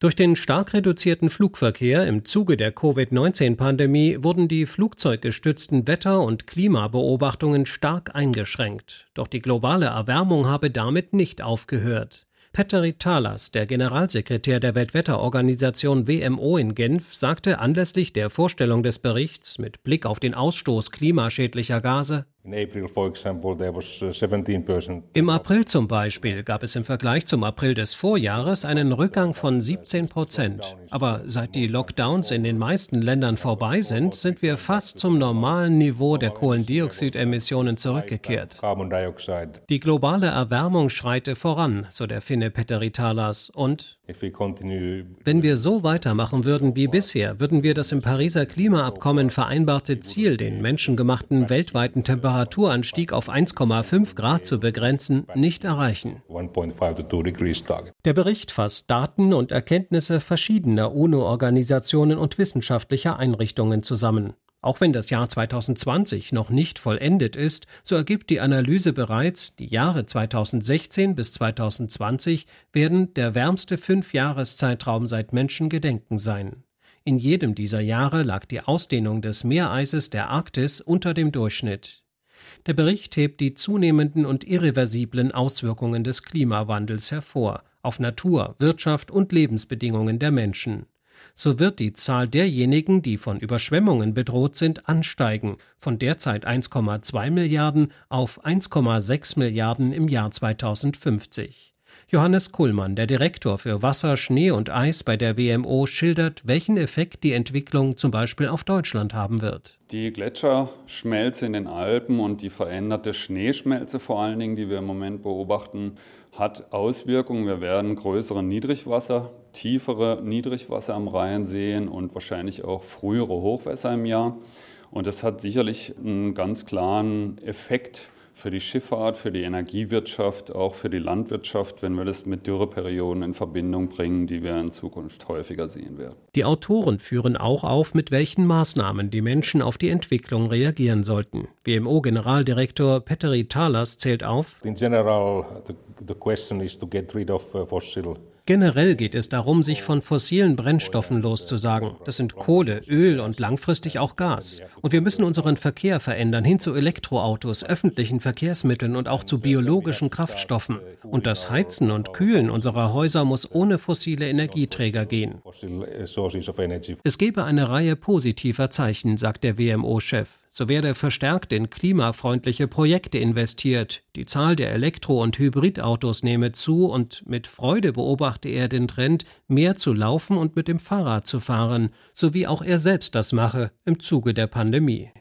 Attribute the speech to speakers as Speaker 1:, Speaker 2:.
Speaker 1: Durch den stark reduzierten Flugverkehr im Zuge der Covid-19-Pandemie wurden die flugzeuggestützten Wetter- und Klimabeobachtungen stark eingeschränkt. Doch die globale Erwärmung habe damit nicht aufgehört. Petteri Talas, der Generalsekretär der Weltwetterorganisation WMO in Genf, sagte anlässlich der Vorstellung des Berichts mit Blick auf den Ausstoß klimaschädlicher Gase: Im April zum Beispiel gab es im Vergleich zum April des Vorjahres einen Rückgang von 17%. Aber seit die Lockdowns in den meisten Ländern vorbei sind, sind wir fast zum normalen Niveau der Kohlendioxidemissionen zurückgekehrt. Die globale Erwärmung schreite voran, so der Finne Petteri Talas. Und wenn wir so weitermachen würden wie bisher, würden wir das im Pariser Klimaabkommen vereinbarte Ziel, den menschengemachten weltweiten Temperaturanstieg auf 1,5 Grad zu begrenzen, nicht erreichen. Der Bericht fasst Daten und Erkenntnisse verschiedener UNO-Organisationen und wissenschaftlicher Einrichtungen zusammen. Auch wenn das Jahr 2020 noch nicht vollendet ist, so ergibt die Analyse bereits, die Jahre 2016 bis 2020 werden der wärmste 5-Jahreszeitraum seit Menschengedenken sein. In jedem dieser Jahre lag die Ausdehnung des Meereises der Arktis unter dem Durchschnitt. Der Bericht hebt die zunehmenden und irreversiblen Auswirkungen des Klimawandels hervor, auf Natur, Wirtschaft und Lebensbedingungen der Menschen. So wird die Zahl derjenigen, die von Überschwemmungen bedroht sind, ansteigen, von derzeit 1,2 Milliarden auf 1,6 Milliarden im Jahr 2050. Johannes Kullmann, der Direktor für Wasser, Schnee und Eis bei der WMO, schildert, welchen Effekt die Entwicklung zum Beispiel auf Deutschland haben wird.
Speaker 2: Die Gletscherschmelze in den Alpen und die veränderte Schneeschmelze vor allen Dingen, die wir im Moment beobachten, hat Auswirkungen. Wir werden größere Niedrigwasser, tiefere Niedrigwasser am Rhein sehen und wahrscheinlich auch frühere Hochwässer im Jahr. Und das hat sicherlich einen ganz klaren Effekt für die Schifffahrt, für die Energiewirtschaft, auch für die Landwirtschaft, wenn wir das mit Dürreperioden in Verbindung bringen, die wir in Zukunft häufiger sehen werden.
Speaker 1: Die Autoren führen auch auf, mit welchen Maßnahmen die Menschen auf die Entwicklung reagieren sollten. WMO-Generaldirektor Petteri Talas zählt auf: Generell geht es darum, sich von fossilen Brennstoffen loszusagen. Das sind Kohle, Öl und langfristig auch Gas. Und wir müssen unseren Verkehr verändern, hin zu Elektroautos, öffentlichen Verkehrsmitteln und auch zu biologischen Kraftstoffen. Und das Heizen und Kühlen unserer Häuser muss ohne fossile Energieträger gehen. Es gebe eine Reihe positiver Zeichen, sagt der WMO-Chef. So werde verstärkt in klimafreundliche Projekte investiert. Die Zahl der Elektro- und Hybridautos nehme zu und mit Freude beobachte er den Trend, mehr zu laufen und mit dem Fahrrad zu fahren, so wie auch er selbst das mache im Zuge der Pandemie.